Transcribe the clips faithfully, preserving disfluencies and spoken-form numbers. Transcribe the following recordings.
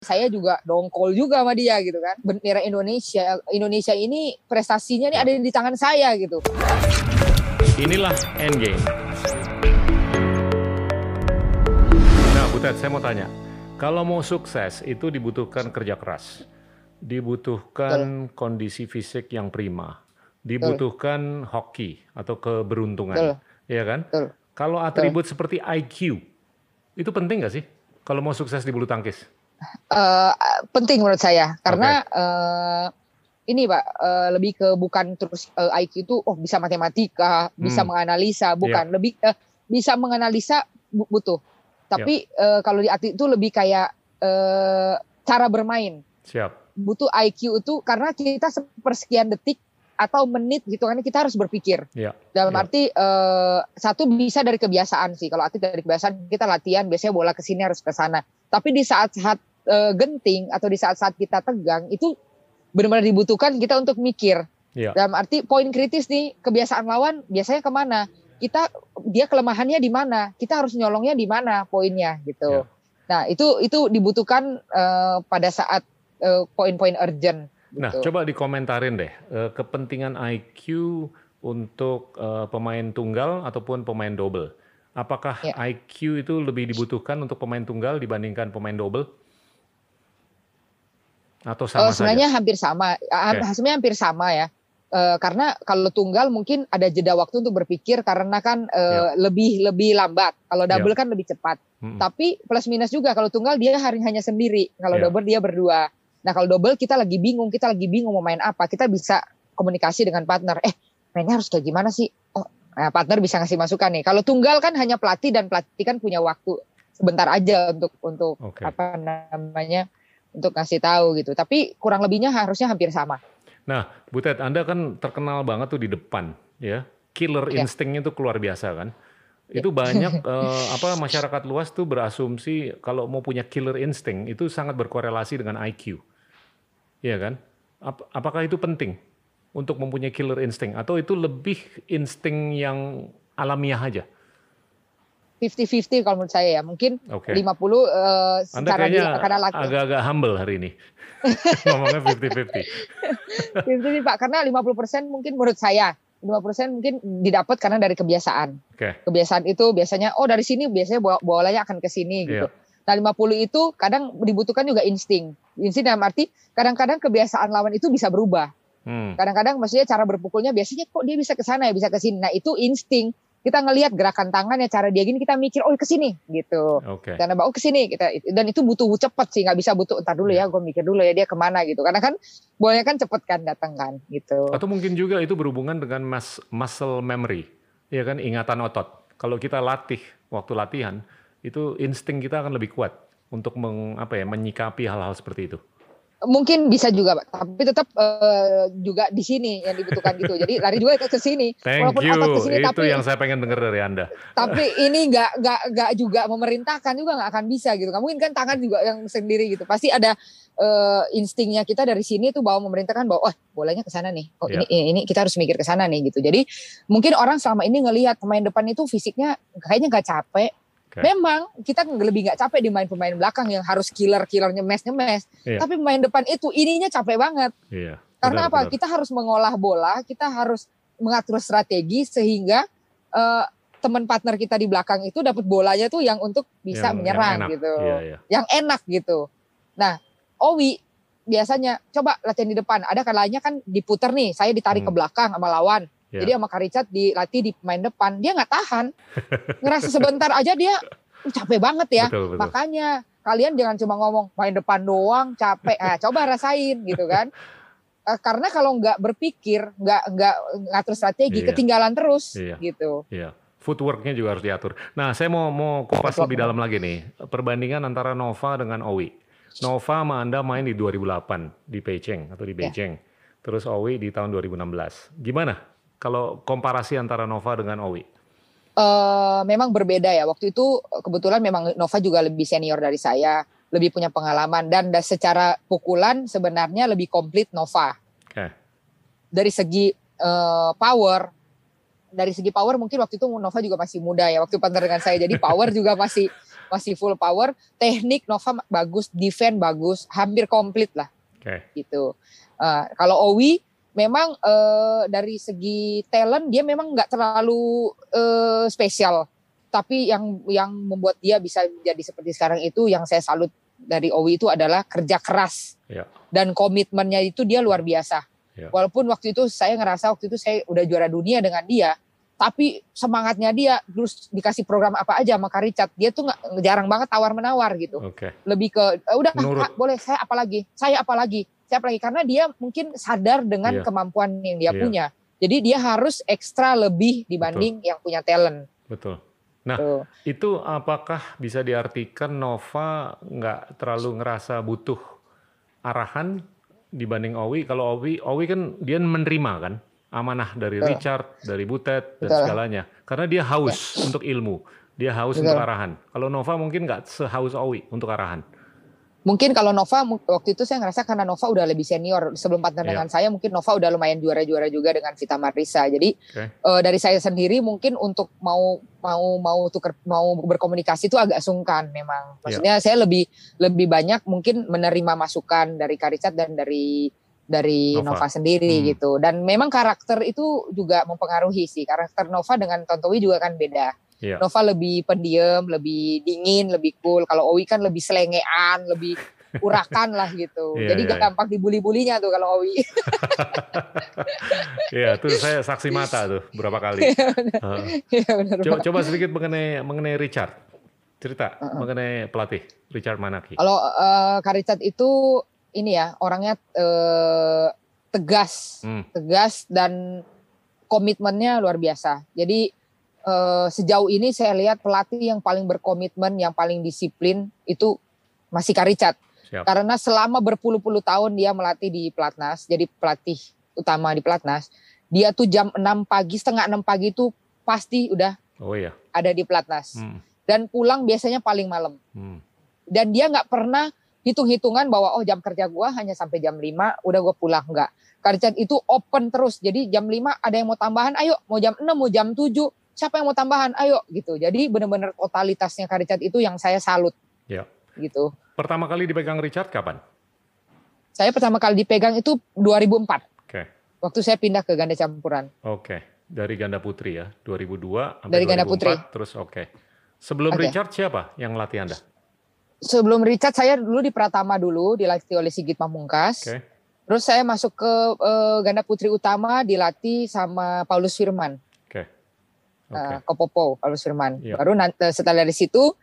Saya juga dongkol juga sama dia gitu kan. Bendera Indonesia, Indonesia ini prestasinya nih ada di tangan saya gitu. Inilah Endgame. Nah, Butet, saya mau tanya. Kalau mau sukses itu dibutuhkan kerja keras. Dibutuhkan Betul. kondisi fisik yang prima. Dibutuhkan Betul. hoki atau keberuntungan. Betul. Ya kan? Betul. Kalau atribut Betul. seperti I Q, itu penting nggak sih? Kalau mau sukses di bulu tangkis? Uh, penting menurut saya karena okay. uh, ini Pak uh, lebih ke bukan terus uh, I Q itu oh bisa matematika, hmm. bisa menganalisa, bukan yeah. lebih uh, bisa menganalisa butuh. Tapi yeah. uh, kalau di atlet itu lebih kayak uh, cara bermain. Siap. Butuh I Q itu karena kita sepersekian detik atau menit gitu kan kita harus berpikir. Yeah. Dalam yeah. arti uh, satu bisa dari kebiasaan sih. Kalau atlet dari kebiasaan kita latihan biasanya bola ke sini harus ke sana. Tapi di saat-saat uh, genting atau di saat-saat kita tegang itu benar-benar dibutuhkan kita untuk mikir. Yeah. Dalam arti poin kritis nih kebiasaan lawan biasanya kemana? Kita dia kelemahannya di mana? Kita harus nyolongnya di mana poinnya gitu. Yeah. Nah itu itu dibutuhkan uh, pada saat uh, poin-poin urgent. Nah, gitu. Coba dikomentarin deh uh, kepentingan I Q untuk uh, pemain tunggal ataupun pemain double. Apakah yeah. I Q itu lebih dibutuhkan untuk pemain tunggal dibandingkan pemain double? Atau sama uh, sebenarnya saja? hampir sama, okay. sebenarnya hampir sama ya. Uh, karena kalau tunggal mungkin ada jeda waktu untuk berpikir karena kan uh, yeah. lebih lebih lambat. Kalau double yeah. kan lebih cepat. Mm-hmm. Tapi plus minus juga kalau tunggal dia hanya sendiri, kalau yeah. double dia berdua. Nah kalau double kita lagi bingung, kita lagi bingung mau main apa, kita bisa komunikasi dengan partner. Eh mainnya harus kayak gimana sih? Oh, nah, partner bisa ngasih masukan nih. Kalau tunggal kan hanya pelatih dan pelatih kan punya waktu sebentar aja untuk untuk okay. apa namanya untuk ngasih tahu gitu. Tapi kurang lebihnya harusnya hampir sama. Nah, Butet, Anda kan terkenal banget tuh di depan, ya. Killer ya. Instingnya tuh keluar biasa kan. Ya. Itu banyak eh, apa masyarakat luas tuh berasumsi kalau mau punya killer insting itu sangat berkorelasi dengan I Q. Iya kan? Ap- apakah itu penting untuk mempunyai killer insting atau itu lebih insting yang alamiah aja? lima puluh lima puluh kalau menurut saya ya. Mungkin okay. lima puluh uh, secara Anda kayaknya di, laki. Agak-agak humble hari ini. Ngomongnya lima puluh lima puluh. lima puluh lima puluh Pak, karena lima puluh persen mungkin menurut saya. lima puluh persen mungkin didapat karena dari kebiasaan. Okay. Kebiasaan itu biasanya, oh dari sini biasanya bolanya akan ke sini gitu. Yeah. Nah lima puluh itu kadang dibutuhkan juga insting. Insting dalam arti kadang-kadang kebiasaan lawan itu bisa berubah. Hmm. Kadang-kadang maksudnya cara berpukulnya biasanya kok dia bisa ke sana ya, bisa ke sini. Nah itu insting. Kita ngelihat gerakan tangannya, cara dia gini, kita mikir, oh ke sini gitu. Okay. Karena oh ke sini kita, dan itu butuh cepat sih, nggak bisa butuh entar dulu ya, gue mikir dulu ya dia kemana gitu. Karena kan bolanya kan cepet kan datang kan gitu. Atau mungkin juga itu berhubungan dengan mus- muscle memory, ya kan ingatan otot. Kalau kita latih waktu latihan, itu insting kita akan lebih kuat untuk meng, apa ya, menyikapi hal-hal seperti itu. Mungkin bisa juga, Pak. Tapi tetap uh, juga di sini yang dibutuhkan gitu. Jadi lari juga ke sini. Thank walaupun you. Kesini, itu tapi, yang saya pengen dengar dari Anda. Tapi ini nggak nggak nggak juga memerintahkan juga nggak akan bisa gitu. Nggak mungkin kan tangan juga yang sendiri gitu. Pasti ada uh, instingnya kita dari sini tuh bahwa memerintahkan bahwa oh bolanya ke sana nih. Oh yeah. ini ini kita harus mikir ke sana nih gitu. Jadi mungkin orang selama ini ngelihat pemain depan itu fisiknya kayaknya nggak capek. Okay. Memang kita lebih nggak capek di main pemain belakang yang harus killer-killer nyemes-nyemes. Iya. Tapi pemain depan itu ininya capek banget. Iya. Karena benar, apa? Benar. Kita harus mengolah bola, kita harus mengatur strategi sehingga uh, teman partner kita di belakang itu dapat bolanya tuh yang untuk bisa yang, menyerang yang gitu. Iya, iya. Yang enak gitu. Nah, Owi biasanya coba latihan di depan. Ada kalanya kan diputer nih, saya ditarik hmm. ke belakang sama lawan. Yeah. Jadi sama Kak Richard dilatih di pemain depan, dia nggak tahan. Ngerasa sebentar aja dia capek banget ya. Betul, betul. Makanya kalian jangan cuma ngomong main depan doang capek. Nah, coba rasain gitu kan. Uh, karena kalau nggak berpikir, nggak nggak ngatur strategi, yeah. ketinggalan terus yeah. gitu. Iya. Yeah. Footworknya juga harus diatur. Nah, saya mau mau kupas lebih dalam lagi nih. Perbandingan antara Nova dengan Owi. Nova sama Anda main di dua ribu delapan di Beijing atau di Beijing. Yeah. Terus Owi di tahun dua ribu enam belas. Gimana? Kalau komparasi antara Nova dengan Owi? Uh, memang berbeda ya. Waktu itu kebetulan memang Nova juga lebih senior dari saya, lebih punya pengalaman dan secara pukulan sebenarnya lebih komplit Nova. Okay. Dari segi uh, power, dari segi power mungkin waktu itu Nova juga masih muda ya. Waktu partner dengan saya, jadi power juga masih masih full power. Teknik Nova bagus, defense bagus, hampir komplit lah. Okay. Gitu. Uh, kalau Owi memang uh, dari segi talent dia memang nggak terlalu uh, spesial. Tapi yang yang membuat dia bisa jadi seperti sekarang itu yang saya salut dari Owi itu adalah kerja keras. Yeah. Dan komitmennya itu dia luar biasa. Yeah. Walaupun waktu itu saya ngerasa waktu itu saya udah juara dunia dengan dia. Tapi semangatnya dia terus dikasih program apa aja sama Kak Richard. Dia tuh gak, jarang banget tawar-menawar gitu. Okay. Lebih ke udah Kak, boleh saya apa lagi? Saya apa lagi? Saya apa lagi? Karena dia mungkin sadar dengan yeah. kemampuan yang dia yeah. punya. Jadi dia harus ekstra lebih dibanding Betul. yang punya talent. Betul. Nah, Tuh. itu apakah bisa diartikan Nova nggak terlalu ngerasa butuh arahan dibanding Owi? Kalau Owi, Owi kan dia menerima kan amanah dari Tuh. Richard, dari Butet dan Betul. segalanya. Karena dia haus ya. untuk ilmu, dia haus Betul. untuk arahan. Kalau Nova mungkin nggak sehaus Owi untuk arahan. Mungkin kalau Nova waktu itu saya ngerasa karena Nova udah lebih senior sebelum partner yeah. dengan saya, mungkin Nova udah lumayan juara-juara juga dengan Vita Marisa. Jadi okay. uh, dari saya sendiri mungkin untuk mau mau mau tuker mau berkomunikasi itu agak sungkan memang. Maksudnya yeah. saya lebih lebih banyak mungkin menerima masukan dari Kak Richard dan dari dari Nova, Nova sendiri hmm. gitu. Dan memang karakter itu juga mempengaruhi sih. Karakter Nova dengan Tontowi juga kan beda. Yeah. Nova lebih pendiam, lebih dingin, lebih cool. Kalau Owi kan lebih selengean, lebih urakan lah gitu. Yeah, Jadi yeah, gampang yeah. dibully-bulinya tuh kalau Owi. Iya, tuh saya saksi mata tuh berapa kali. uh. yeah, benar, coba, coba sedikit mengenai mengenai Richard. Cerita uh-uh. mengenai pelatih Richard Manaki. Kalau uh, Kak Richard itu ini ya orangnya uh, tegas, hmm. tegas dan komitmennya luar biasa. Jadi Uh, sejauh ini saya lihat pelatih yang paling berkomitmen, yang paling disiplin itu masih Kak Richard. Siap. Karena selama berpuluh-puluh tahun dia melatih di Pelatnas, jadi pelatih utama di Pelatnas. Dia tuh jam enam pagi, setengah enam pagi itu pasti udah oh, iya. ada di Pelatnas. Hmm. Dan pulang biasanya paling malam. Hmm. Dan dia nggak pernah hitung-hitungan bahwa oh jam kerja gua hanya sampai jam lima, udah gua pulang. Enggak. Kak Richard itu open terus. Jadi jam lima ada yang mau tambahan, ayo mau jam enam, mau jam tujuh. Siapa yang mau tambahan? Ayo gitu. Jadi benar-benar totalitasnya Kak Richard itu yang saya salut. Ya. Gitu. Pertama kali dipegang Richard kapan? Saya pertama kali dipegang itu dua ribu empat. Oke. Okay. Waktu saya pindah ke ganda campuran. Oke. Okay. Dari ganda putri ya, dua ribu dua sampai Dari dua ribu empat. Ganda putri. Terus oke. Okay. Sebelum okay. Richard siapa yang latih Anda? Sebelum Richard saya dulu di Pratama dulu, dilatih oleh Sigit Pamungkas. Oke. Okay. Terus saya masuk ke uh, ganda putri utama dilatih sama Paulus Firman. Okay. Uh, Kopopo, Paulus Firman. Yep. Baru nanti, setelah dari situ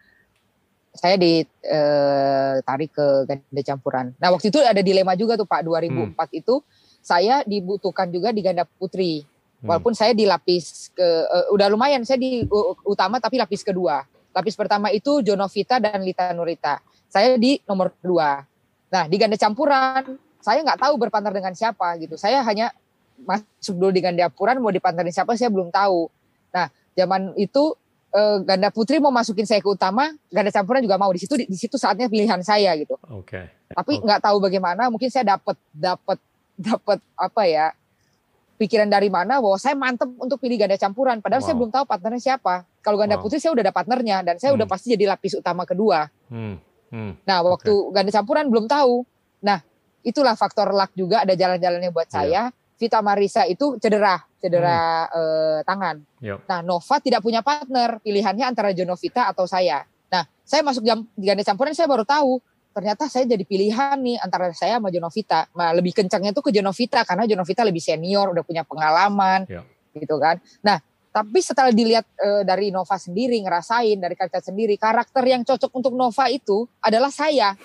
saya ditarik uh, ke ganda campuran. Nah waktu itu ada dilema juga tuh Pak, dua ribu empat hmm. itu saya dibutuhkan juga di ganda putri. Hmm. Walaupun saya di lapis ke uh, udah lumayan saya di uh, utama tapi lapis kedua. Lapis pertama itu Jonovita dan Lita Nurita. Saya di nomor dua. Nah di ganda campuran saya nggak tahu berpantar dengan siapa gitu. Saya hanya masuk dulu di ganda campuran, mau dipantarin siapa saya belum tahu. Nah, zaman itu eh, ganda putri mau masukin saya ke utama, ganda campuran juga mau. Di situ di, di situ saatnya pilihan saya gitu. Oke. Okay. Tapi nggak okay. tahu bagaimana, mungkin saya dapat dapat dapat apa ya? Pikiran dari mana bahwa saya mantep untuk pilih ganda campuran padahal wow. saya belum tahu partnernya siapa. Kalau ganda wow. putri saya udah ada partnernya dan saya hmm. udah pasti jadi lapis utama kedua. Hmm. Hmm. Nah, waktu okay. ganda campuran belum tahu. Nah, itulah faktor luck juga ada jalan-jalannya buat yeah. saya. Vita Marisa itu cedera, cedera hmm. eh, tangan. Yep. Nah, Nova tidak punya partner, pilihannya antara Jonovita atau saya. Nah, saya masuk jam di ganda campuran, saya baru tahu ternyata saya jadi pilihan nih antara saya sama Jonovita. Nah, lebih kencangnya itu ke Jonovita karena Jonovita lebih senior, udah punya pengalaman, yep. gitu kan. Nah, tapi setelah dilihat eh, dari Nova sendiri, ngerasain dari kaca sendiri, karakter yang cocok untuk Nova itu adalah saya,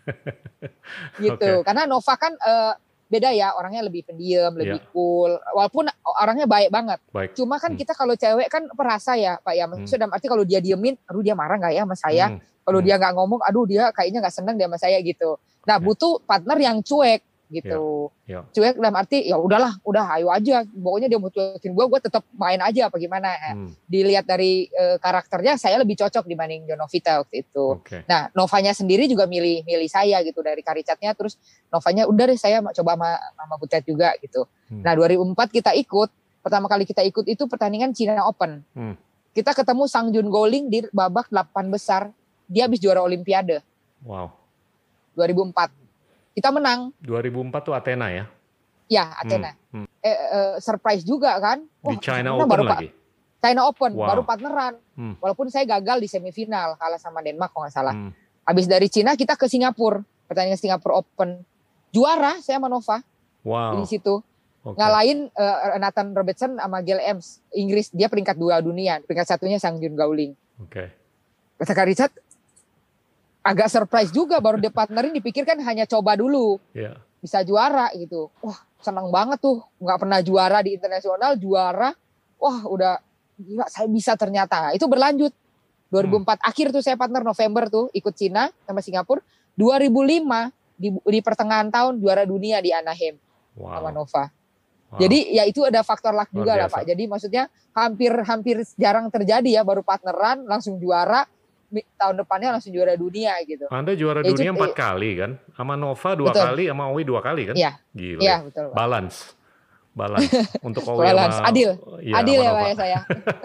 gitu. Okay. Karena Nova kan eh, beda ya, orangnya lebih pendiam, lebih yeah. cool. Walaupun orangnya baik banget. Baik. Cuma kan hmm. kita kalau cewek kan perasa ya Pak ya. Maksudnya hmm. arti kalau dia diemin, aduh dia marah gak ya sama saya. Hmm. Kalau hmm. dia gak ngomong, aduh dia kayaknya gak seneng dia sama saya gitu. Nah okay. butuh partner yang cuek gitu. Yeah. Yeah. Cuek dalam arti ya udahlah, udah ayo aja. Pokoknya dia mau cuekin gue, gue tetap main aja apa gimana. Hmm. Dilihat dari uh, karakternya saya lebih cocok dibanding Jonovita waktu itu. Okay. Nah Novanya sendiri juga milih milih saya gitu dari Kak Richard-nya. Terus Novanya udah deh saya coba sama, sama Butet juga gitu. Hmm. Nah dua ribu empat kita ikut. Pertama kali kita ikut itu pertandingan China Open. Hmm. Kita ketemu Sang Jun Goling di babak delapan besar. dia habis juara Olimpiade. Wow. dua ribu empat. Kita menang. dua ribu empat tuh Athena ya? Ya, Athena. Hmm. Hmm. Eh, eh, surprise juga kan. Wah, di China Open baru lagi? China Open, wow. baru partneran. Hmm. Walaupun saya gagal di semifinal, kalah sama Denmark kalau nggak salah. Hmm. Habis dari Cina kita ke Singapura, pertandingan Singapura Open. Juara saya sama Nova. Wow. Di situ. Okay. Ngalahin uh, Nathan Robertson sama Gail Ems, Inggris. Dia peringkat dua dunia. Peringkat satunya Sang Jun Gauling. Oke. Okay. Kata Kak Richard, agak surprise juga, baru dia partnerin dipikirkan hanya coba dulu. Yeah. Bisa juara gitu. Wah, senang banget tuh. Nggak pernah juara di internasional, juara. Wah, udah gila, saya bisa ternyata. Itu berlanjut. dua ribu empat hmm. akhir tuh saya partner November tuh ikut Cina sama Singapura. dua ribu lima di, di pertengahan tahun juara dunia di Anaheim wow. sama Nova. Wow. Jadi ya itu ada faktor luck juga lah Pak. Jadi maksudnya hampir-hampir jarang terjadi ya, baru partneran langsung juara. Tahun depannya langsung juara dunia gitu. Anda juara ya, dunia empat eh, kali kan? Sama Nova dua betul. kali, sama Owi dua kali kan? Iya. Gila. Iya betul. Pak. Balance. Balance. Untuk Owi Balance. sama... Adil. Ya, adil ya Pak ya saya.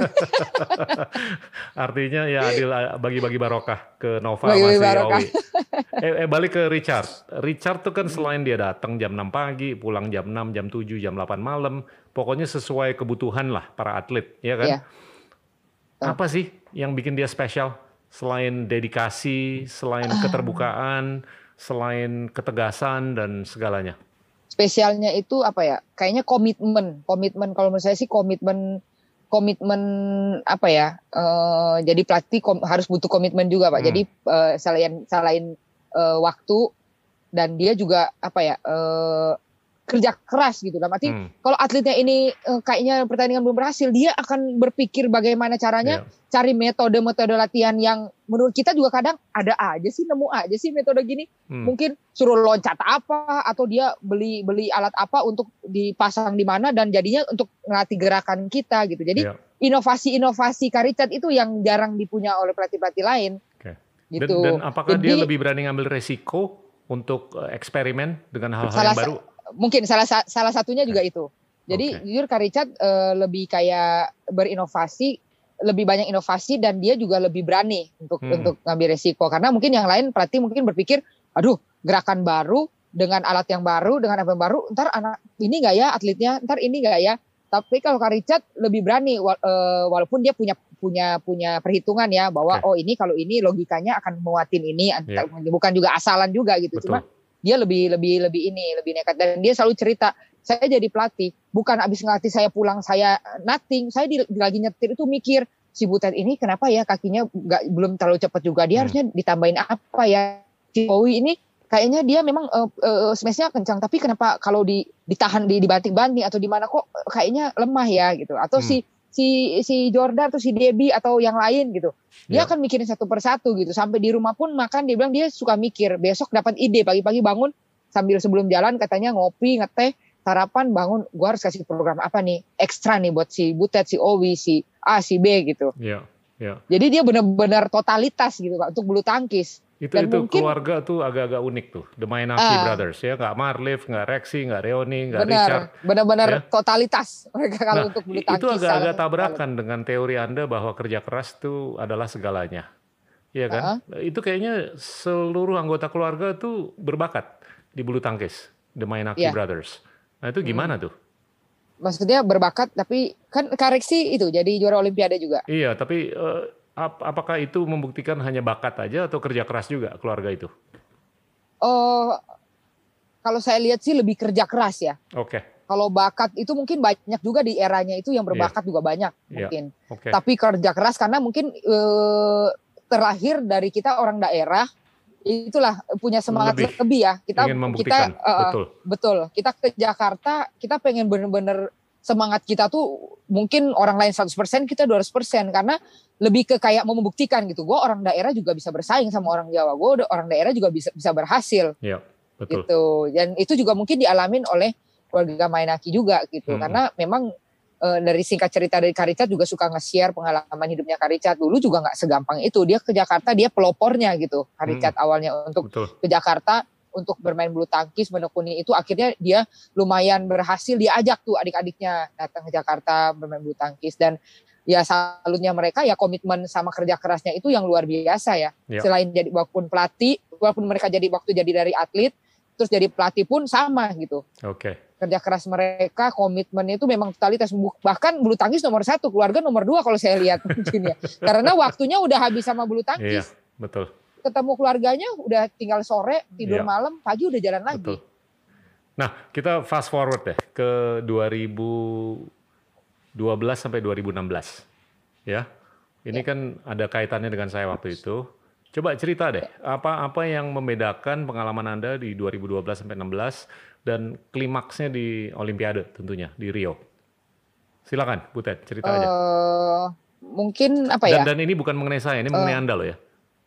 Artinya ya adil, bagi-bagi barokah ke Nova bagi -bagi sama si Owi. eh, eh balik ke Richard. Richard tuh kan selain dia datang jam enam pagi, pulang jam enam, jam tujuh, jam delapan malam. Pokoknya sesuai kebutuhan lah para atlet. Ya kan? Iya. Apa sih yang bikin dia spesial? Selain dedikasi, selain keterbukaan, selain ketegasan dan segalanya. Spesialnya itu apa ya? Kayaknya komitmen, komitmen kalau menurut saya sih komitmen, komitmen apa ya? Uh, jadi pelatih kom, harus butuh komitmen juga Pak. Hmm. Jadi uh, selain selain uh, waktu dan dia juga apa ya? Uh, kerja keras gitu. Dalam arti hmm. kalau atletnya ini uh, kayaknya pertandingan belum berhasil, dia akan berpikir bagaimana caranya yeah. cari metode-metode latihan yang menurut kita juga kadang ada aja sih, nemu aja sih metode gini. Hmm. Mungkin suruh loncat apa atau dia beli beli alat apa untuk dipasang di mana dan jadinya untuk ngelatih gerakan kita gitu. Jadi yeah. inovasi-inovasi Kak Richard itu yang jarang dipunya oleh pelatih-pelatih lain. Okay. Gitu. Dan, dan apakah Jadi, dia lebih berani ngambil resiko untuk uh, eksperimen dengan hal-hal yang baru? Mungkin salah salah satunya juga itu. Jadi okay. jujur Kak Richard uh, lebih kayak berinovasi, lebih banyak inovasi dan dia juga lebih berani untuk hmm. untuk ngambil resiko. Karena mungkin yang lain pelatih mungkin berpikir, aduh gerakan baru dengan alat yang baru dengan apa yang baru, ntar anak ini nggak ya atletnya, ntar ini nggak ya. Tapi kalau Kak Richard lebih berani, uh, walaupun dia punya punya punya perhitungan ya bahwa okay. oh ini kalau ini logikanya akan muatin ini, yeah. bukan juga asalan juga gitu. Betul. Cuma dia lebih lebih lebih ini lebih nekat dan dia selalu cerita, saya jadi pelatih bukan abis ngelatih saya pulang saya nothing, saya di, lagi nyetir itu mikir si Butet ini kenapa ya kakinya nggak belum terlalu cepat juga, dia hmm. harusnya ditambahin apa ya. Si Owi ini kayaknya dia memang uh, uh, smashnya kencang tapi kenapa kalau di ditahan di dibanting-banting atau di mana kok kayaknya lemah ya gitu, atau hmm. si si si Jordan atau si Debbie atau yang lain gitu. Dia yeah. akan mikirin satu persatu gitu. Sampai di rumah pun makan dia bilang dia suka mikir. Besok dapat ide pagi-pagi bangun sambil sebelum jalan katanya ngopi, ngeteh, sarapan bangun. Gua harus kasih program apa nih ekstra nih buat si Butet, si Owi, si A, si B gitu. Iya, yeah. yeah. Jadi dia benar-benar totalitas gitu Pak untuk bulu tangkis. Itu Dan itu mungkin, keluarga tuh agak-agak unik tuh, The Mainaki uh, Brothers ya, nggak Marliv, nggak Rexy, nggak Reoni, nggak Richard. Benar-benar ya. Totalitas mereka kalau nah, untuk bulu tangkis. Itu agak-agak tabrakan dengan teori Anda bahwa kerja keras itu adalah segalanya, iya kan? Uh-huh. Itu kayaknya seluruh anggota keluarga tuh berbakat di bulu tangkis, The Mainaki yeah. Brothers. Nah itu gimana hmm. tuh? Maksudnya berbakat, tapi kan Kak Rexy itu jadi juara Olimpiade juga. Iya, tapi uh, apakah itu membuktikan hanya bakat aja atau kerja keras juga keluarga itu? Oh, kalau saya lihat sih lebih kerja keras ya. Oke. Okay. Kalau bakat itu mungkin banyak juga di eranya itu yang berbakat yeah. juga banyak mungkin. Yeah. Okay. Tapi kerja keras karena mungkin eh, terlahir dari kita orang daerah, itulah punya semangat lebih, lebih ya. Kita kita uh, betul. betul. Kita ke Jakarta, kita pengen bener-bener semangat kita tuh mungkin orang lain seratus persen, kita dua ratus persen karena lebih ke kayak mau membuktikan gitu. Gue orang daerah juga bisa bersaing sama orang Jawa. Gue orang daerah juga bisa bisa berhasil. Iya, betul. Gitu. Dan itu juga mungkin dialamin oleh keluarga Mainaki juga gitu. Hmm. Karena memang e, dari singkat cerita dari Kak Richard juga suka nge-share pengalaman hidupnya Kak Richard. Dulu juga nggak segampang itu. Dia ke Jakarta, dia pelopornya gitu. Kak Richard hmm. awalnya untuk betul. Ke Jakarta untuk bermain bulu tangkis, menekuni itu akhirnya dia lumayan berhasil diajak tuh adik-adiknya datang ke Jakarta bermain bulu tangkis dan ya salutnya mereka ya komitmen sama kerja kerasnya itu yang luar biasa ya. Ya. Selain jadi walaupun pelatih, walaupun mereka jadi waktu jadi dari atlet, terus jadi pelatih pun sama gitu. Oke. Okay. Kerja keras mereka, komitmennya itu memang totalitas. Bahkan bulu tangkis nomor satu, keluarga nomor dua kalau saya lihat mungkin ya. Karena waktunya udah habis sama bulu tangkis. Iya, betul. Ketemu keluarganya udah tinggal sore, tidur iya. malam, pagi udah jalan lagi. Betul. Nah, kita fast forward deh ke dua ribu dua belas sampai dua ribu enam belas. Ya. Ini ya. Kan ada kaitannya dengan saya waktu itu. Coba cerita deh, apa-apa yang membedakan pengalaman Anda di dua ribu dua belas sampai enam belas dan klimaksnya di Olimpiade tentunya di Rio. Silakan, Butet, cerita uh, aja. Mungkin apa dan, ya? Dan ini bukan mengenai saya, ini uh, mengenai Anda loh ya.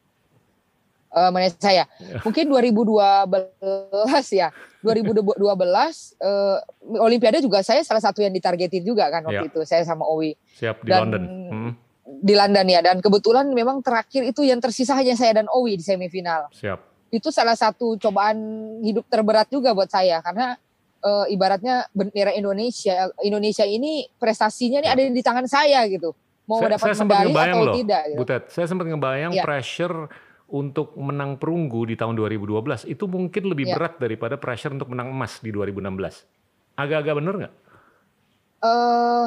Uh, mengenai saya, mungkin dua ribu dua belas ya. dua ribu dua belas uh, Olimpiade juga saya salah satu yang ditargetin juga kan waktu ya. Itu saya sama Owi. Siap di dan, London. Hmm. Di London ya, dan kebetulan memang terakhir itu yang tersisa hanya saya dan Owi di semifinal. Siap. Itu salah satu cobaan hidup terberat juga buat saya karena e, ibaratnya bendera Indonesia, Indonesia ini prestasinya ini ya. Ada di tangan saya gitu. Mau saya, dapat saya medali atau loh, tidak. Gitu. Butet, saya sempat ngebayang ya. Pressure untuk menang perunggu di tahun dua ribu dua belas itu mungkin lebih ya. Berat daripada pressure untuk menang emas di dua ribu enam belas. Agak-agak bener nggak? Eh. Uh,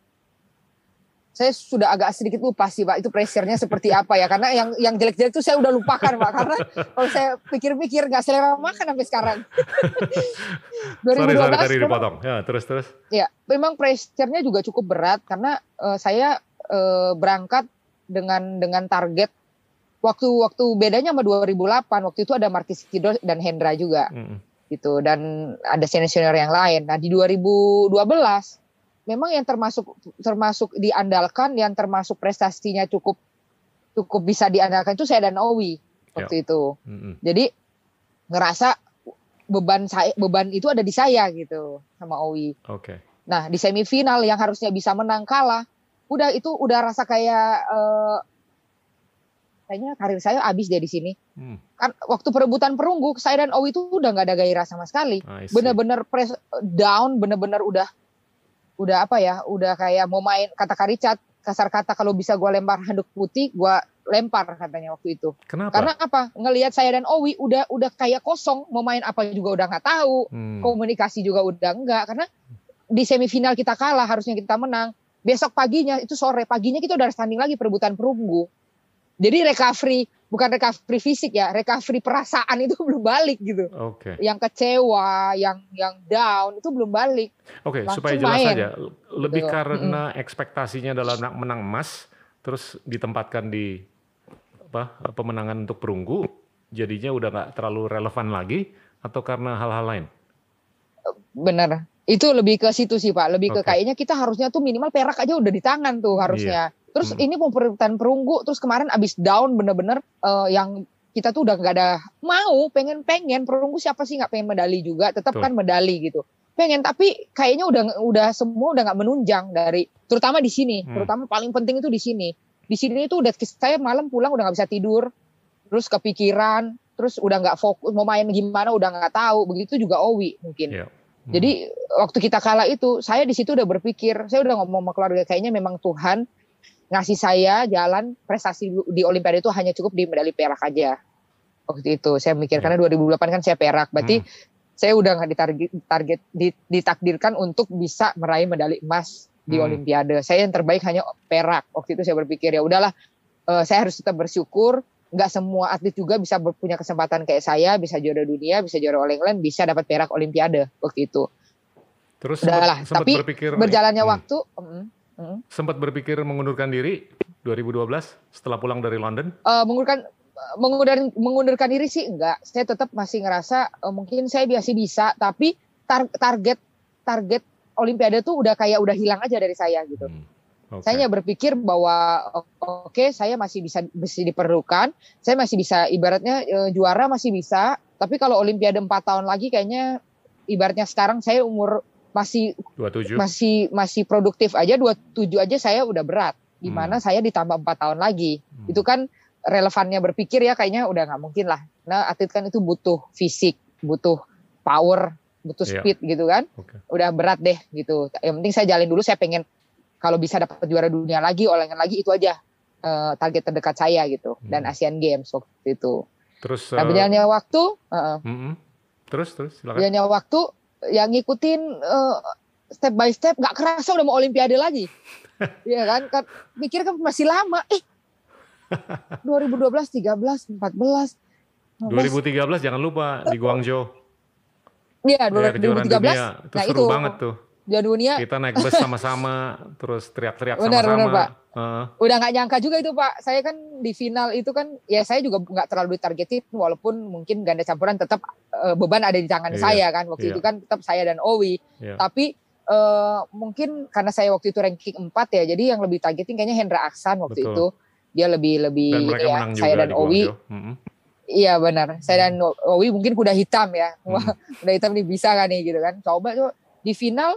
Saya sudah agak sedikit lupa sih Pak, itu pressure-nya seperti apa ya. Karena yang yang jelek-jelek itu saya udah lupakan Pak. Karena kalau saya pikir-pikir gak selera makan sampai sekarang. dua ribu dua belas sorry, sorry tadi dipotong. Ya, terus-terus. Ya, memang pressure-nya juga cukup berat. Karena uh, saya uh, berangkat dengan dengan target. Waktu-waktu bedanya sama dua ribu delapan, waktu itu ada Markis Kido dan Hendra juga. Mm. Gitu, dan ada senior-senior yang lain. Nah di dua ribu dua belas... memang yang termasuk termasuk diandalkan, yang termasuk prestasinya cukup cukup bisa diandalkan itu saya dan Owi waktu yeah. itu. Mm-hmm. Jadi ngerasa beban saya beban itu ada di saya gitu sama Owi. Oke. Okay. Nah di semifinal yang harusnya bisa menang kalah, udah itu udah rasa kayak uh, kayaknya karir saya habis deh di sini. Hmm. Kan waktu perebutan perunggu saya dan Owi itu udah nggak ada gairah sama sekali. Bener-bener press down, bener-bener udah udah apa ya, udah kayak mau main, kata Kak Richard, kasar kata kalau bisa gue lempar handuk putih, gue lempar katanya waktu itu. Kenapa? Karena apa? Ngelihat saya dan Owi udah udah kayak kosong, mau main apa juga udah nggak tahu, hmm. komunikasi juga udah enggak, karena di semifinal kita kalah, harusnya kita menang. Besok paginya, itu sore paginya kita udah standing lagi perebutan perunggu. Jadi recovery, bukan recovery fisik ya, recovery perasaan itu belum balik gitu. Oke. Okay. Yang kecewa, yang yang down itu belum balik. Oke, okay, supaya jelas saja, lebih gitu. Karena mm-hmm. ekspektasinya adalah menang emas, terus ditempatkan di apa pemenangan untuk perunggu, jadinya udah nggak terlalu relevan lagi, atau karena hal-hal lain? Bener, itu lebih ke situ sih Pak, lebih okay. ke kayaknya kita harusnya tuh minimal perak aja udah di tangan tuh harusnya. Yeah. Terus hmm. ini perebutan perunggu, terus kemarin abis down bener-bener uh, yang kita tuh udah gak ada mau, pengen-pengen perunggu siapa sih gak pengen medali juga, tetap kan medali gitu. Pengen, tapi kayaknya udah udah semua udah gak menunjang dari, terutama di sini, hmm. terutama paling penting itu di sini. Di sini itu udah saya malam pulang udah gak bisa tidur, terus kepikiran, terus udah gak fokus, mau main gimana udah gak tahu, begitu juga Owi mungkin. Yeah. Hmm. Jadi waktu kita kalah itu, saya di situ udah berpikir, saya udah ngomong sama keluarga kayaknya memang Tuhan ngasih saya jalan prestasi di Olimpiade itu hanya cukup di medali perak aja. Waktu itu saya mikir, ya. Karena dua ribu delapan kan saya perak, berarti hmm. saya udah nggak ditarget, target, ditakdirkan untuk bisa meraih medali emas di hmm. Olimpiade. Saya yang terbaik hanya perak. Waktu itu saya berpikir ya udahlah, uh, saya harus tetap bersyukur. Nggak semua atlet juga bisa punya kesempatan kayak saya, bisa juara dunia, bisa juara All England, bisa dapat perak Olimpiade waktu itu. Terus udahlah, sempat, sempat tapi berpikir, berjalannya hmm. waktu. Um, Hmm. Sempat berpikir mengundurkan diri dua ribu dua belas setelah pulang dari London? Uh, mengundurkan mengundur, mengundurkan diri sih enggak. Saya tetap masih ngerasa uh, mungkin saya masih bisa, tapi tar, target target Olimpiade tuh udah kayak udah hilang aja dari saya gitu. Hmm. Okay. Saya berpikir bahwa oke okay, saya masih bisa bisa diperlukan, saya masih bisa ibaratnya uh, juara masih bisa, tapi kalau Olimpiade empat tahun lagi kayaknya ibaratnya sekarang saya umur masih dua puluh tujuh masih masih produktif aja, dua puluh tujuh aja saya udah berat, dimana hmm. saya ditambah empat tahun lagi. Hmm. Itu kan relevannya berpikir ya kayaknya udah nggak mungkin lah. Nah atlet kan itu butuh fisik, butuh power, butuh Iya. speed gitu kan. Oke. Udah berat deh gitu. Yang penting saya jalin dulu, saya pengen kalau bisa dapat juara dunia lagi, olahraga lagi, itu aja uh, target terdekat saya gitu. Dan Hmm. Asian Games waktu itu. Terus Nah, uh, berjalannya waktu, uh, mm-mm. terus terus silakan. berjalannya waktu, yang ngikutin uh, step by step, nggak kerasa udah mau Olimpiade lagi. Iya kan, kan mikir kan masih lama. Eh, dua ribu dua belas, tiga belas, empat belas, lima belas. dua ribu tiga belas jangan lupa di Guangzhou. Iya, Ya, kejuaraan dua ribu tiga belas. dunia. Itu Nah seru itu banget tuh. juara dunia. Kita naik bus sama-sama, terus teriak-teriak Benar, sama-sama. benar, Pak. Uh, Udah nggak nyangka juga itu Pak. Saya kan di final itu kan, ya saya juga nggak terlalu ditargetin, walaupun mungkin ganda campuran tetap uh, beban ada di tangan Iya, saya kan. Waktu iya. itu kan tetap saya dan Owi. Iya. Tapi uh, mungkin karena saya waktu itu ranking empat ya, jadi yang lebih targeting kayaknya Hendra Aksan waktu Betul. itu. Dia lebih lebih Dan mereka ya, menang saya juga dan di Owi. Guangzhou. Mm-mm. Iya benar. Saya dan Owi mungkin kuda hitam ya. Wah, Hmm. kuda hitam nih bisa kan nih gitu kan. Coba tuh di final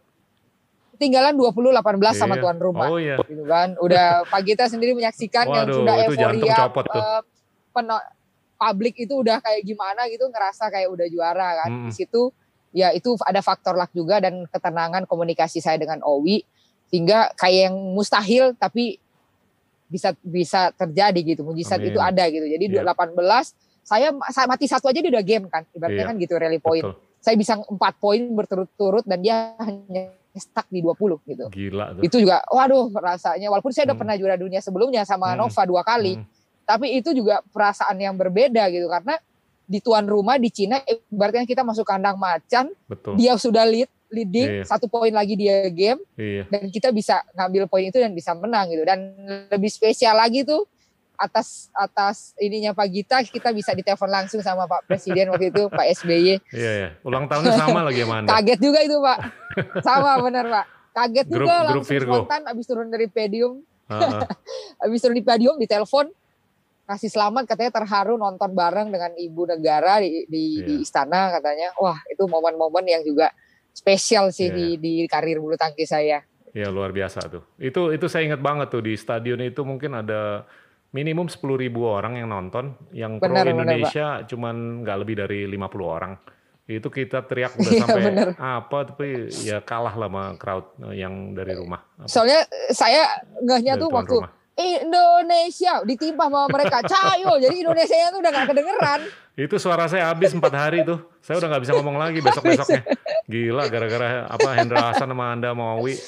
ketinggalan dua puluh delapan belas sama Iya. tuan rumah. Oh iya. Gitu kan. Udah Pak Gita sendiri menyaksikan yang Waduh, sudah itu jantung euforia copot tuh. eh, peno- publik itu udah kayak gimana gitu, ngerasa kayak udah juara kan. Mm-mm. Di situ ya itu ada faktor luck juga dan ketenangan komunikasi saya dengan Owi sehingga kayak yang mustahil tapi bisa bisa terjadi gitu. Mujizat Amin. itu ada gitu. Jadi Iya. delapan belas saya, saya mati satu aja dia udah game kan. Ibaratnya Iya. kan gitu rally point. Betul. Saya bisa empat poin berturut-turut dan dia hanya stuck di dua puluh gitu. Gila tuh. Itu juga waduh rasanya, walaupun saya udah Hmm. pernah juara dunia sebelumnya sama Hmm. Nova dua kali, Hmm. tapi itu juga perasaan yang berbeda gitu karena di tuan rumah di Cina ibaratnya kita masuk kandang macan, Betul. dia sudah lead leading Iya. satu poin lagi dia game Iya. dan kita bisa ngambil poin itu dan bisa menang gitu. Dan lebih spesial lagi tuh atas atas ininya Pak Gita, kita bisa ditelepon langsung sama Pak Presiden waktu itu, Pak S B Y. Iya ya. Ulang tahunnya sama lagi sama Anda. Kaget juga itu Pak. Sama benar Pak. Kaget Grup- juga grup langsung Virgo. spontan abis turun dari podium. Heeh. Abis turun di podium ditelepon kasih selamat, katanya terharu nonton bareng dengan ibu negara di, di, Iya. di istana katanya. Wah itu momen-momen yang juga spesial sih Iya. di, di karir bulu tangkis saya. Ya luar biasa tuh. Itu itu saya ingat banget tuh di stadion itu mungkin ada minimum sepuluh ribu orang yang nonton. Yang pro Benar, benar, Indonesia cuman nggak lebih dari lima puluh orang. Itu kita teriak udah Iya, sampai benar. apa tapi ya kalah lah sama crowd eh, yang dari rumah. Apa, Soalnya eh, saya ngehnya dari tuh tuan waktu rumah. Indonesia ditimpa sama mereka cayo, jadi Indonesianya tuh udah gak kedengeran. Itu suara saya habis empat hari tuh. Saya udah nggak bisa ngomong lagi besok-besoknya. Gila gara-gara apa Hendra Hasan sama Anda mau Owi.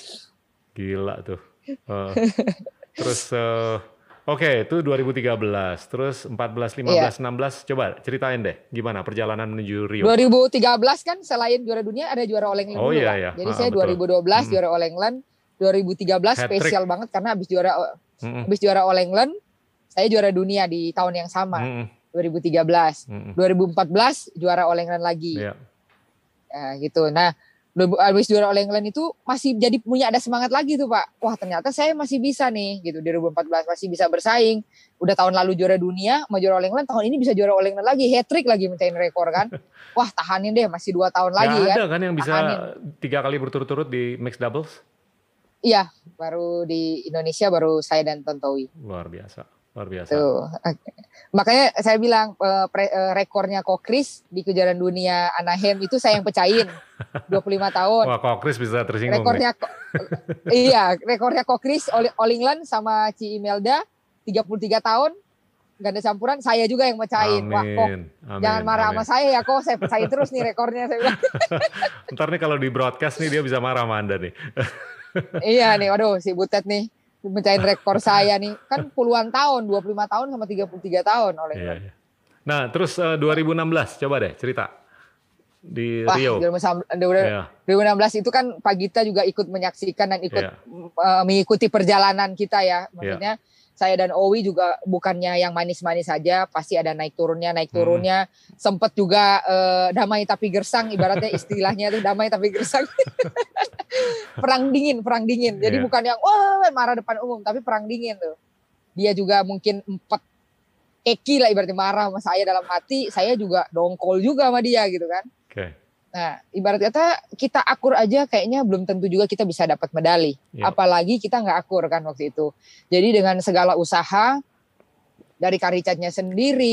Gila tuh. Eh, terus eh, oke itu dua ribu tiga belas. Terus empat belas, lima belas, enam belas coba ceritain deh gimana perjalanan menuju Rio. dua ribu tiga belas kan selain juara dunia ada juara All England Oh dulu iya, Pak. iya. Jadi Ah, saya betul. dua ribu dua belas Mm-mm. juara All England, dua ribu tiga belas Hat-trick. spesial banget karena habis juara Mm-mm. habis juara All England saya juara dunia di tahun yang sama, Mm-mm. dua ribu tiga belas. Mm-mm. dua ribu empat belas juara All England lagi. Iya. Nah, gitu. Nah, habis juara All England itu masih jadi punya ada semangat lagi tuh Pak. Wah ternyata saya masih bisa nih gitu. dua ribu empat belas masih bisa bersaing. Udah tahun lalu juara dunia, mau juara All England, tahun ini bisa juara All England lagi, hat-trick lagi mencahin rekor kan. Wah tahanin deh, masih dua tahun lagi Nggak kan. ada kan yang bisa Tahanin. tiga kali berturut-turut di mixed doubles? Iya, baru di Indonesia baru saya dan Tontowi. Luar biasa. Luar biasa. Tuh. Makanya saya bilang eh, pre- eh, rekornya Kokris di kejuaraan dunia Anaheim itu saya yang pecahin. dua puluh lima tahun. Wah kok Chris bisa tersinggung nih. Rekornya Ko- iya, rekornya Kokris All, All England sama Ci Imelda tiga puluh tiga tahun ganda campuran saya juga yang pecahin. Wah, kok Amin. Amin. jangan marah Amin. sama saya ya kok, saya pecahin terus nih rekornya saya bilang. Ntar nih kalau di broadcast nih dia bisa marah sama Anda nih. Iya nih, waduh si Butet nih pecahin rekor saya nih. Kan puluhan tahun, dua puluh lima tahun sama tiga puluh tiga tahun oleh. Iya, iya. Nah terus eh, dua ribu enam belas coba deh cerita di Wah, Rio. dua ribu enam belas Iya. dua ribu enam belas itu kan Pak Gita juga ikut menyaksikan dan ikut Iya. uh, mengikuti perjalanan kita ya. Maksudnya saya dan Owi juga bukannya yang manis-manis saja, pasti ada naik turunnya, naik turunnya. Sempet juga uh, damai tapi gersang, ibaratnya istilahnya tuh damai tapi gersang. Perang dingin, perang dingin. Jadi Iya. bukan yang wah marah depan umum, tapi perang dingin tuh. Dia juga mungkin empat eki lah ibaratnya marah sama saya dalam hati, saya juga dongkol juga sama dia gitu kan. Oke. Nah, ibarat kata kita akur aja kayaknya belum tentu juga kita bisa dapat medali. Iya. Apalagi kita nggak akur kan waktu itu. Jadi dengan segala usaha dari Karicatnya sendiri,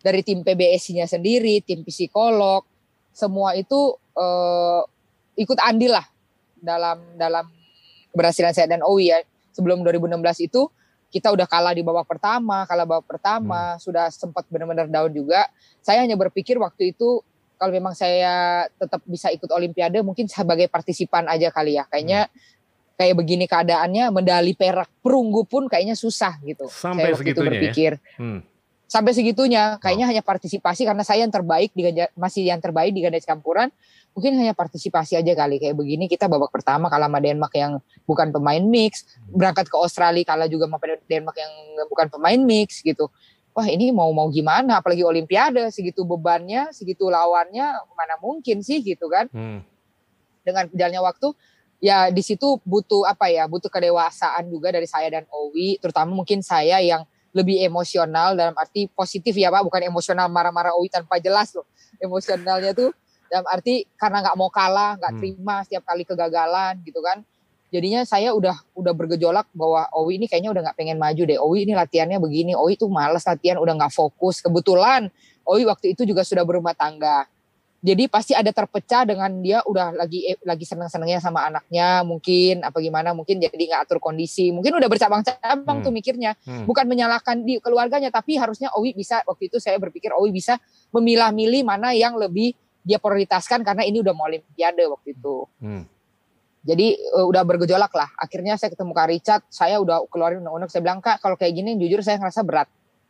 dari tim P B S I-nya sendiri, tim psikolog, semua itu uh, ikut andil lah dalam dalam keberhasilan saya dan Owi ya. Sebelum dua ribu enam belas itu kita udah kalah di babak pertama, kalah babak pertama, hmm. sudah sempat benar-benar down juga. Saya hanya berpikir waktu itu kalau memang saya tetap bisa ikut Olimpiade, mungkin sebagai partisipan aja kali ya. Kayaknya hmm. kayak begini keadaannya, medali perak perunggu pun kayaknya susah gitu. Sampai saya waktu segitunya itu berpikir. Ya? Hmm. Sampai segitunya, kayaknya oh. hanya partisipasi karena saya yang terbaik di ganda, masih yang terbaik di ganda campuran. Mungkin hanya partisipasi aja kali. Kayak begini kita babak pertama kalah sama Denmark yang bukan pemain mix, berangkat ke Australia kalah juga sama Denmark yang bukan pemain mix gitu. Wah ini mau mau gimana? Apalagi Olimpiade, segitu bebannya, segitu lawannya, mana mungkin sih gitu kan? Hmm. Dengan berjalannya waktu, ya di situ butuh apa ya? Butuh kedewasaan juga dari saya dan Owi, terutama mungkin saya yang lebih emosional dalam arti positif ya Pak, bukan emosional marah-marah Owi tanpa jelas loh. Emosionalnya tuh dalam arti karena nggak mau kalah, nggak terima hmm. setiap kali kegagalan gitu kan. Jadinya saya udah udah bergejolak bahwa Owi ini kayaknya udah nggak pengen maju deh. Owi ini latihannya begini, Owi tuh malas latihan, udah nggak fokus. Kebetulan Owi waktu itu juga sudah berumah tangga. Jadi pasti ada terpecah dengan dia udah lagi lagi seneng-senengnya sama anaknya mungkin apa gimana mungkin jadi nggak atur kondisi mungkin udah bercabang-cabang hmm. tuh mikirnya hmm. bukan menyalahkan di keluarganya tapi harusnya Owi bisa waktu itu saya berpikir Owi bisa memilah-milih mana yang lebih dia prioritaskan karena ini udah mau Olimpiade waktu itu. Hmm. Jadi uh, udah bergejolak lah. Akhirnya saya ketemu Kak Richard, saya udah keluarin undang-undang saya bilang Kak kalau kayak gini jujur saya ngerasa berat.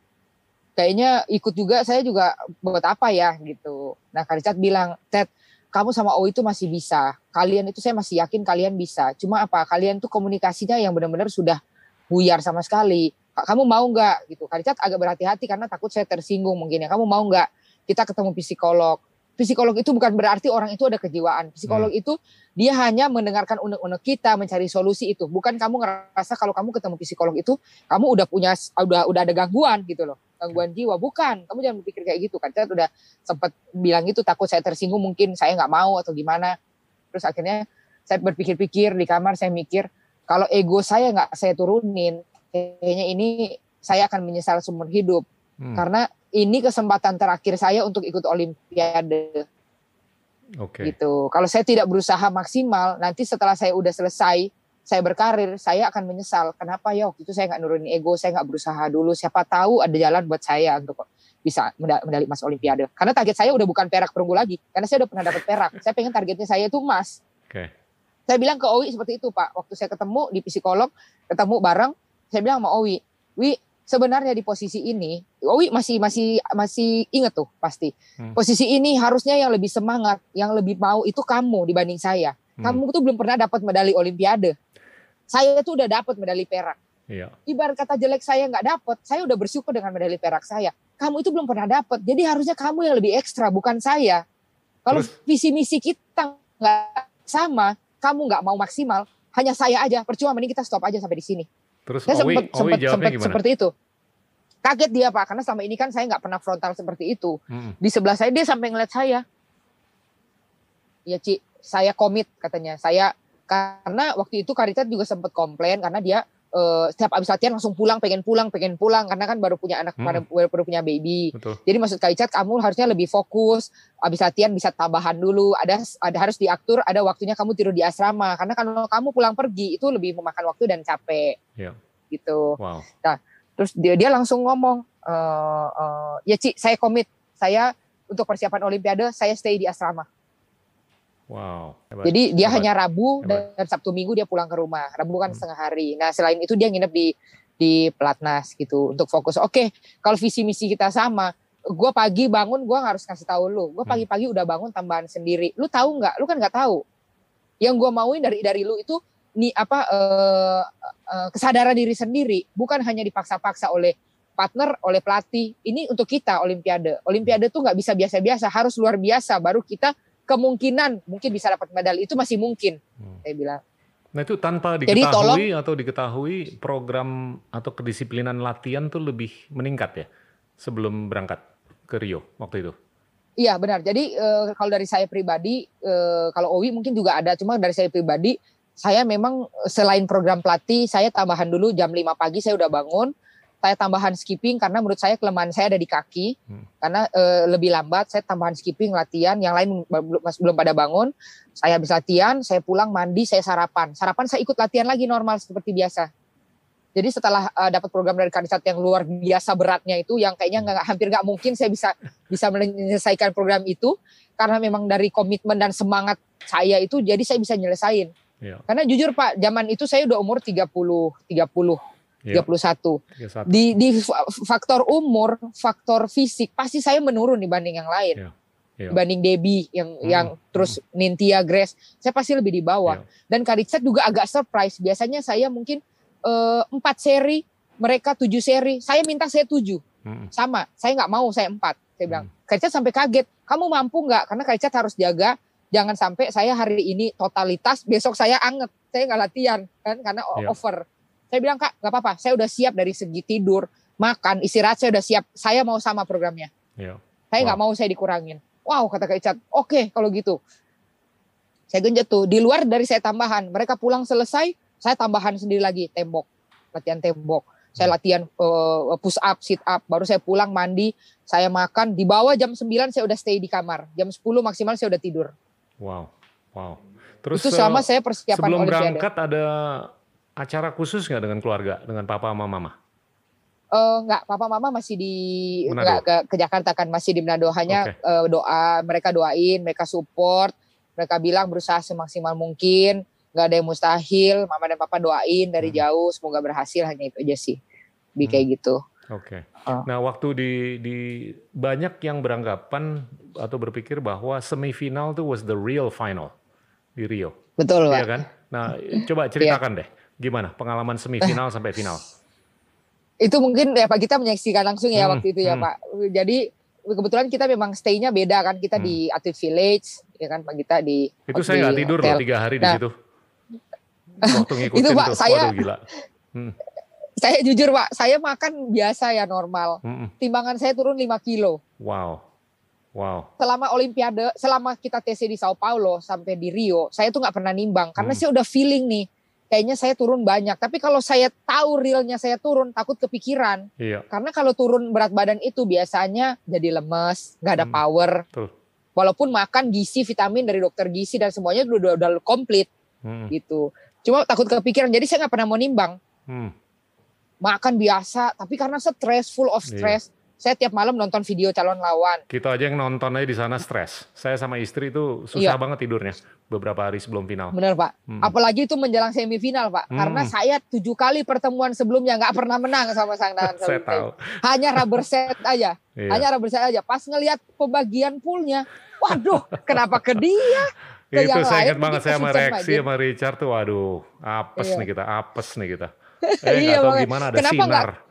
Kayaknya ikut juga saya juga buat apa ya gitu. Nah Kak Richard bilang, Ted kamu sama Owi itu masih bisa. Kalian itu saya masih yakin kalian bisa. Cuma apa, kalian tuh komunikasinya yang benar-benar sudah buyar sama sekali. Kamu mau gak gitu. Kak Richard agak berhati-hati karena takut saya tersinggung mungkin ya. Kamu mau gak kita ketemu psikolog. Psikolog itu bukan berarti orang itu ada kejiwaan. Psikolog hmm. itu dia hanya mendengarkan unek-unek kita, mencari solusi itu. Bukan kamu ngerasa kalau kamu ketemu psikolog itu, kamu udah punya, udah udah ada gangguan gitu loh. Gangguan jiwa. Bukan. Kamu jangan berpikir kayak gitu. Kan saya udah sempat bilang gitu, takut saya tersinggung mungkin saya nggak mau atau gimana. Terus akhirnya saya berpikir-pikir di kamar, saya mikir, kalau ego saya nggak saya turunin, kayaknya ini saya akan menyesal seumur hidup. Hmm. Karena ini kesempatan terakhir saya untuk ikut Olimpiade. Oke. Okay. Gitu. Kalau saya tidak berusaha maksimal, nanti setelah saya udah selesai, saya berkarir, saya akan menyesal. Kenapa ya waktu itu saya nggak nurunin ego, saya nggak berusaha dulu. Siapa tahu ada jalan buat saya untuk bisa medali emas Olimpiade. Karena target saya udah bukan perak perunggu lagi. Karena saya udah pernah dapat perak. Saya pengen targetnya saya itu emas. Oke. Okay. Saya bilang ke Owi seperti itu Pak. Waktu saya ketemu di psikolog, ketemu bareng, saya bilang sama Owi, Wi, sebenarnya di posisi ini, Owi masih masih masih inget tuh pasti. Hmm. Posisi ini harusnya yang lebih semangat, yang lebih mau itu kamu dibanding saya. Hmm. Kamu tuh belum pernah dapat medali Olimpiade. Saya tuh udah dapat medali perak. Iya. Ibarat kata jelek saya nggak dapat, saya udah bersyukur dengan medali perak saya. Kamu itu belum pernah dapat, jadi harusnya kamu yang lebih ekstra, bukan saya. Kalau visi misi kita nggak sama, kamu nggak mau maksimal, hanya saya aja. Percuma, mending kita stop aja sampai di sini. Terus saya Owi, sempat sempat sempat gimana? seperti itu. Kaget dia Pak, karena selama ini kan saya nggak pernah frontal seperti itu. Hmm. Di sebelah saya dia sampai ngeliat saya. Ya Ci, saya komit katanya. Saya karena waktu itu Kak Richard juga sempat komplain karena dia uh, setiap abis latihan langsung pulang, pengen pulang, pengen pulang karena kan baru punya anak, hmm. baru, baru punya baby. Betul. Jadi maksud Kak Richard kamu harusnya lebih fokus. Abis latihan bisa tambahan dulu. Ada ada harus diatur. Ada waktunya kamu tidur di asrama karena kalau kamu pulang pergi itu lebih memakan waktu dan capek. Yeah. Gitu. Wow. Nah, terus dia dia langsung ngomong, e, e, ya Ci, saya komit, saya untuk persiapan Olimpiade, saya stay di asrama. Wow. Hebat. Jadi dia hebat. Hanya Rabu hebat. Dan Sabtu Minggu dia pulang ke rumah. Rabu kan hmm. setengah hari. Nah selain itu dia nginep di di pelatnas gitu untuk fokus. Oke, kalau visi misi kita sama, gue pagi bangun gue harus kasih tahu lu. Gue pagi-pagi udah bangun tambahan sendiri. Lu tahu nggak? Lu kan nggak tahu. Yang gue mauin dari dari lu itu nih apa uh, uh, kesadaran diri sendiri, bukan hanya dipaksa-paksa oleh partner, oleh pelatih. Ini untuk kita Olimpiade. Olimpiade tuh nggak bisa biasa-biasa, harus luar biasa. Baru kita kemungkinan mungkin bisa dapat medali, itu masih mungkin. Hmm. Saya bilang. Nah itu tanpa diketahui Jadi, tolong, atau diketahui program atau kedisiplinan latihan tuh lebih meningkat ya sebelum berangkat ke Rio waktu itu. Iya benar. Jadi uh, kalau dari saya pribadi, uh, kalau Owi mungkin juga ada, cuma dari saya pribadi, saya memang selain program pelatih, saya tambahan dulu jam lima pagi saya udah bangun, saya tambahan skipping karena menurut saya kelemahan saya ada di kaki. Hmm. Karena e, lebih lambat, saya tambahan skipping latihan, yang lain belum masih belum pada bangun. Saya habis latihan, saya pulang mandi, saya sarapan. Sarapan saya ikut latihan lagi normal seperti biasa. Jadi setelah uh, dapat program dari Kadisat yang luar biasa beratnya itu, yang kayaknya nggak hampir nggak mungkin saya bisa bisa menyelesaikan program itu, karena memang dari komitmen dan semangat saya itu, jadi saya bisa nyelesain. Ya. Karena jujur Pak, zaman itu saya udah umur tiga puluh, tiga puluh, ya. tiga puluh satu. tiga puluh satu. Di, di faktor umur, faktor fisik, pasti saya menurun dibanding yang lain. Ya. Ya. Dibanding Debbie yang hmm. yang terus hmm. Nintya, Grace, saya pasti lebih di bawah. Ya. Dan Kadisat juga agak surprise. Biasanya saya mungkin uh, empat seri, mereka tujuh seri. Saya minta saya tujuh. Hmm. Sama, saya nggak mau, saya empat. Saya bilang, hmm. Kadisat sampai kaget. Kamu mampu nggak? Karena Kadisat harus jaga. Jangan sampai saya hari ini totalitas, besok saya anget. Saya nggak latihan, kan? Karena ya. over. Saya bilang, Kak, nggak apa-apa. Saya udah siap dari segi tidur, makan, istirahat, saya udah siap. Saya mau sama programnya. Ya. Saya nggak wow. mau saya dikurangin. Wow, kata Kak Icat, oke okay, kalau gitu. Saya genjot tuh, di luar dari saya tambahan. Mereka pulang selesai, saya tambahan sendiri lagi, tembok. Latihan tembok. Saya latihan uh, push up, sit up. Baru saya pulang, mandi, saya makan. Di bawah jam sembilan saya udah stay di kamar. Jam sepuluh maksimal saya udah tidur. Wow, wow. Terus itu sama uh, saya persiapan sebelum Olimpiade. Berangkat ada acara khusus nggak dengan keluarga, dengan papa sama mama? Uh, enggak, papa mama masih di enggak ke, ke Jakarta kan, masih di Manado. Hanya okay. uh, doa, mereka doain, mereka support, mereka bilang berusaha semaksimal mungkin, nggak ada yang mustahil. Mama dan papa doain dari hmm. jauh, semoga berhasil, hanya itu aja sih, bi hmm. kayak gitu. Oke. Okay. Uh. Nah, waktu di di banyak yang beranggapan atau berpikir bahwa semifinal itu was the real final di Rio. Betul, Pak. Iya kan? Nah, coba ceritakan deh, gimana pengalaman semifinal sampai final? Itu mungkin ya Pak, kita menyaksikan langsung ya hmm, waktu itu ya hmm. Pak. Jadi kebetulan kita memang stay-nya beda kan, kita hmm. di Atlet Village ya kan Pak, kita di itu saya nggak tidur hotel. Loh tiga hari nah, di situ. Waktu ngikutin itu Pak, tuh. saya Waduh, gila. Hmm. Saya jujur Pak, saya makan biasa ya normal. Hmm. Timbangan saya turun lima kilo. Wow. Wow. Selama Olimpiade, selama kita T C di Sao Paulo sampai di Rio, saya tuh nggak pernah nimbang karena hmm. saya udah feeling nih. Kayaknya saya turun banyak, tapi kalau saya tahu realnya saya turun, takut kepikiran. Iya. Karena kalau turun berat badan itu biasanya jadi lemes, nggak ada hmm. power. Tuh. Walaupun makan gizi, vitamin dari dokter gizi dan semuanya udah udah komplit, hmm. gitu. Cuma takut kepikiran, jadi saya nggak pernah mau nimbang. Hmm. Makan biasa, tapi karena stres, full of stress. Iya. Saya tiap malam nonton video calon lawan. Kita aja yang nonton aja di sana stres. Saya sama istri itu susah iya. banget tidurnya beberapa hari sebelum final. Benar Pak. Hmm. Apalagi itu menjelang semifinal Pak. Hmm. Karena saya tujuh kali pertemuan sebelumnya nggak pernah menang sama sang Danan. Saya tahu. Hanya rubber set aja. Iya. Hanya rubber set aja. Pas ngelihat pembagian poolnya, waduh, kenapa ke dia? Ke itu yang saya lain, ingat banget saya sama Reksi sama Richard tuh, waduh, apes iya. nih kita, apes nih kita. Eh iya, nggak tahu gimana ada kenapa sinar. Gak,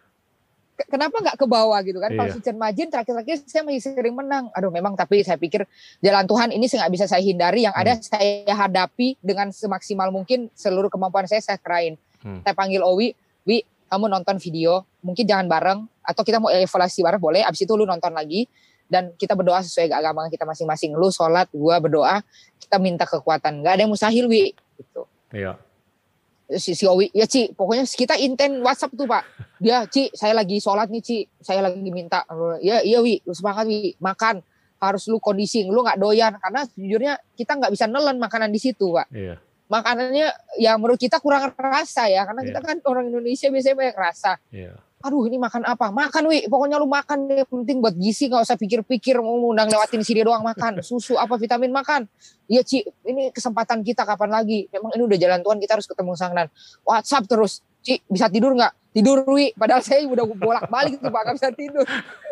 kenapa nggak ke bawah gitu kan? Iya. Kalau Sucen Majin terakhir-terakhir saya masih sering menang. Aduh memang, tapi saya pikir jalan Tuhan ini nggak bisa saya hindari. Yang ada hmm. saya hadapi dengan semaksimal mungkin, seluruh kemampuan saya saya kerain. Hmm. Saya panggil Owi, Wi kamu nonton video, mungkin jangan bareng, atau kita mau evaluasi bareng boleh, abis itu lu nonton lagi, dan kita berdoa sesuai agama kita masing-masing. Lu sholat, gua berdoa, kita minta kekuatan. Nggak ada yang mustahil, Wi. Gitu. Iya. Si, si Owi, ya Ci, pokoknya kita intent WhatsApp tuh Pak. Dia, Ci, saya lagi sholat nih Ci, saya lagi minta. Ya iya Wi, lu semangat Wi, makan. Harus lu kondisi, lu gak doyan. Karena sejujurnya kita gak bisa nelen makanan di situ Pak. Iya. Makanannya ya menurut kita kurang rasa ya. Karena iya. kita kan orang Indonesia biasanya banyak rasa. Iya. Aduh ini makan apa? Makan Wi, pokoknya lu makan deh. Penting buat gizi, gak usah pikir-pikir. Mau undang lewatin sini doang makan. Susu apa vitamin makan. Iya Ci, ini kesempatan kita kapan lagi. Memang ini udah jalan Tuhan, kita harus ketemu Sang Dan. WhatsApp terus. Ci, bisa tidur gak? Tidur Wi. Padahal saya udah bolak-balik tuh Pak, gak bisa tidur.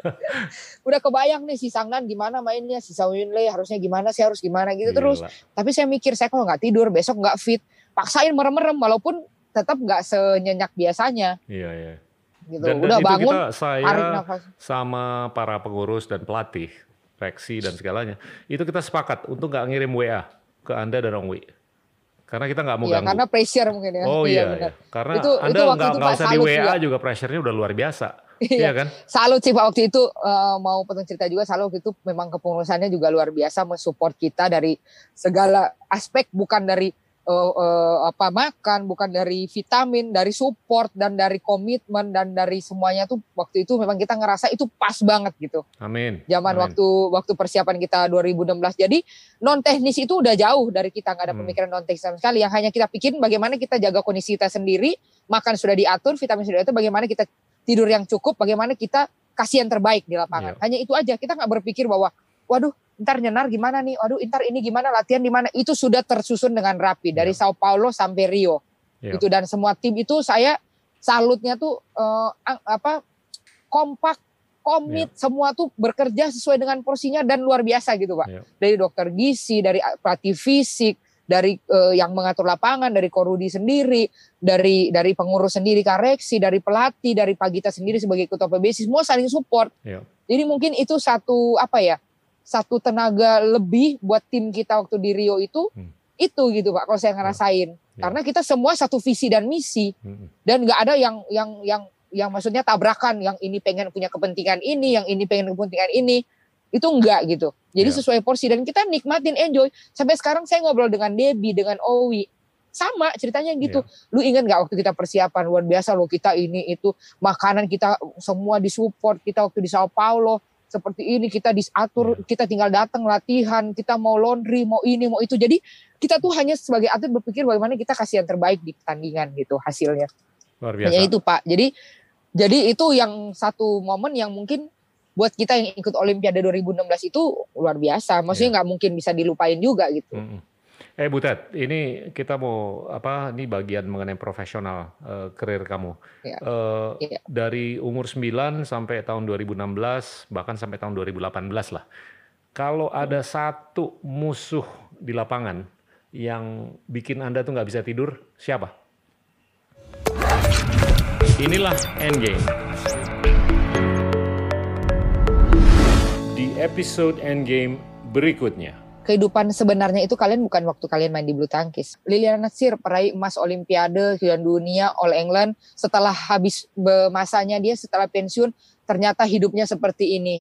Udah kebayang nih si Sang Dan gimana mainnya. Si Sao Yunle harusnya gimana, saya harus gimana gitu. Gila. Terus. Tapi saya mikir, saya kalau gak tidur, besok gak fit. Paksain merem-merem, walaupun tetap gak senyenyak biasanya. Iya, iya. Gitu. Dan, udah dan bangun, itu kita, saya sama para pengurus dan pelatih, Reksi dan segalanya, itu kita sepakat untuk nggak ngirim W A ke Anda dan Om Wi. Karena kita nggak mau iya, ganggu. Karena pressure mungkin ya. Oh iya, iya. Karena itu, Anda nggak usah di W A juga, juga pressure-nya udah luar biasa. Iya kan? Salut sih Pak waktu itu, uh, mau potong cerita juga, Salut waktu itu memang kepengurusannya juga luar biasa, mensupport kita dari segala aspek, bukan dari uh, uh, apa makan, bukan dari vitamin, dari support dan dari komitmen dan dari semuanya tuh waktu itu memang kita ngerasa itu pas banget gitu. Amin. Zaman Amin. waktu waktu persiapan kita dua ribu enam belas. Jadi non teknis itu udah jauh dari kita, nggak ada Hmm. pemikiran non teknis sama sekali. Yang hanya kita pikirin bagaimana kita jaga kondisi kita sendiri, makan sudah diatur, vitamin sudah diatur, bagaimana kita tidur yang cukup, bagaimana kita kasih yang terbaik di lapangan. Iya. Hanya itu aja. Kita nggak berpikir bahwa waduh, ntar nyenar gimana nih, waduh ntar ini gimana, latihan di mana. Itu sudah tersusun dengan rapi dari Yeah. Sao Paulo sampai Rio. Yeah. Itu dan semua tim itu saya salutnya tuh eh, apa kompak, komit, Yeah. semua tuh bekerja sesuai dengan porsinya dan luar biasa gitu Pak. Yeah. Dari dokter gizi, dari pelatih fisik, dari eh, yang mengatur lapangan, dari Korudi sendiri, dari dari pengurus sendiri koreksi, dari pelatih, dari Pagita sendiri sebagai ketua P B S I, semua saling support. Yeah. Jadi mungkin itu satu apa ya? Satu tenaga lebih buat tim kita waktu di Rio itu, hmm. itu gitu Pak, kalau saya ngerasain. Ya. Karena kita semua satu visi dan misi, hmm. dan nggak ada yang yang yang yang maksudnya tabrakan, yang ini pengen punya kepentingan ini, yang ini pengen kepentingan ini, itu enggak gitu. Jadi ya. Sesuai porsi dan kita nikmatin, enjoy. Sampai sekarang saya ngobrol dengan Debbie, dengan Owi, sama ceritanya gitu. Ya. Lu ingat nggak waktu kita persiapan luar biasa loh, kita ini itu makanan kita semua disupport, kita waktu di Sao Paulo. Seperti ini kita diatur, yeah. kita tinggal datang latihan, kita mau laundry, mau ini, mau itu. Jadi kita tuh hanya sebagai atlet berpikir bagaimana kita kasih yang terbaik di pertandingan gitu hasilnya. Luar biasa. Hanya itu Pak. Jadi jadi itu yang satu momen yang mungkin buat kita yang ikut Olimpiade dua ribu enam belas itu luar biasa. Maksudnya nggak yeah. mungkin bisa dilupain juga gitu. Mm-hmm. Eh Bu Tet, ini kita mau apa? Ini bagian mengenai profesional uh, karir kamu. Ya. Uh, ya. Dari umur sembilan sampai tahun dua ribu enam belas, bahkan sampai tahun dua ribu delapan belas lah. Kalau ada satu musuh di lapangan yang bikin Anda tuh nggak bisa tidur, siapa? Inilah Endgame. Di episode Endgame berikutnya. Kehidupan sebenarnya itu kalian bukan waktu kalian main di bulu tangkis. Liliana Natsir peraih emas Olimpiade dan dunia All England, setelah habis masanya dia setelah pensiun ternyata hidupnya seperti ini.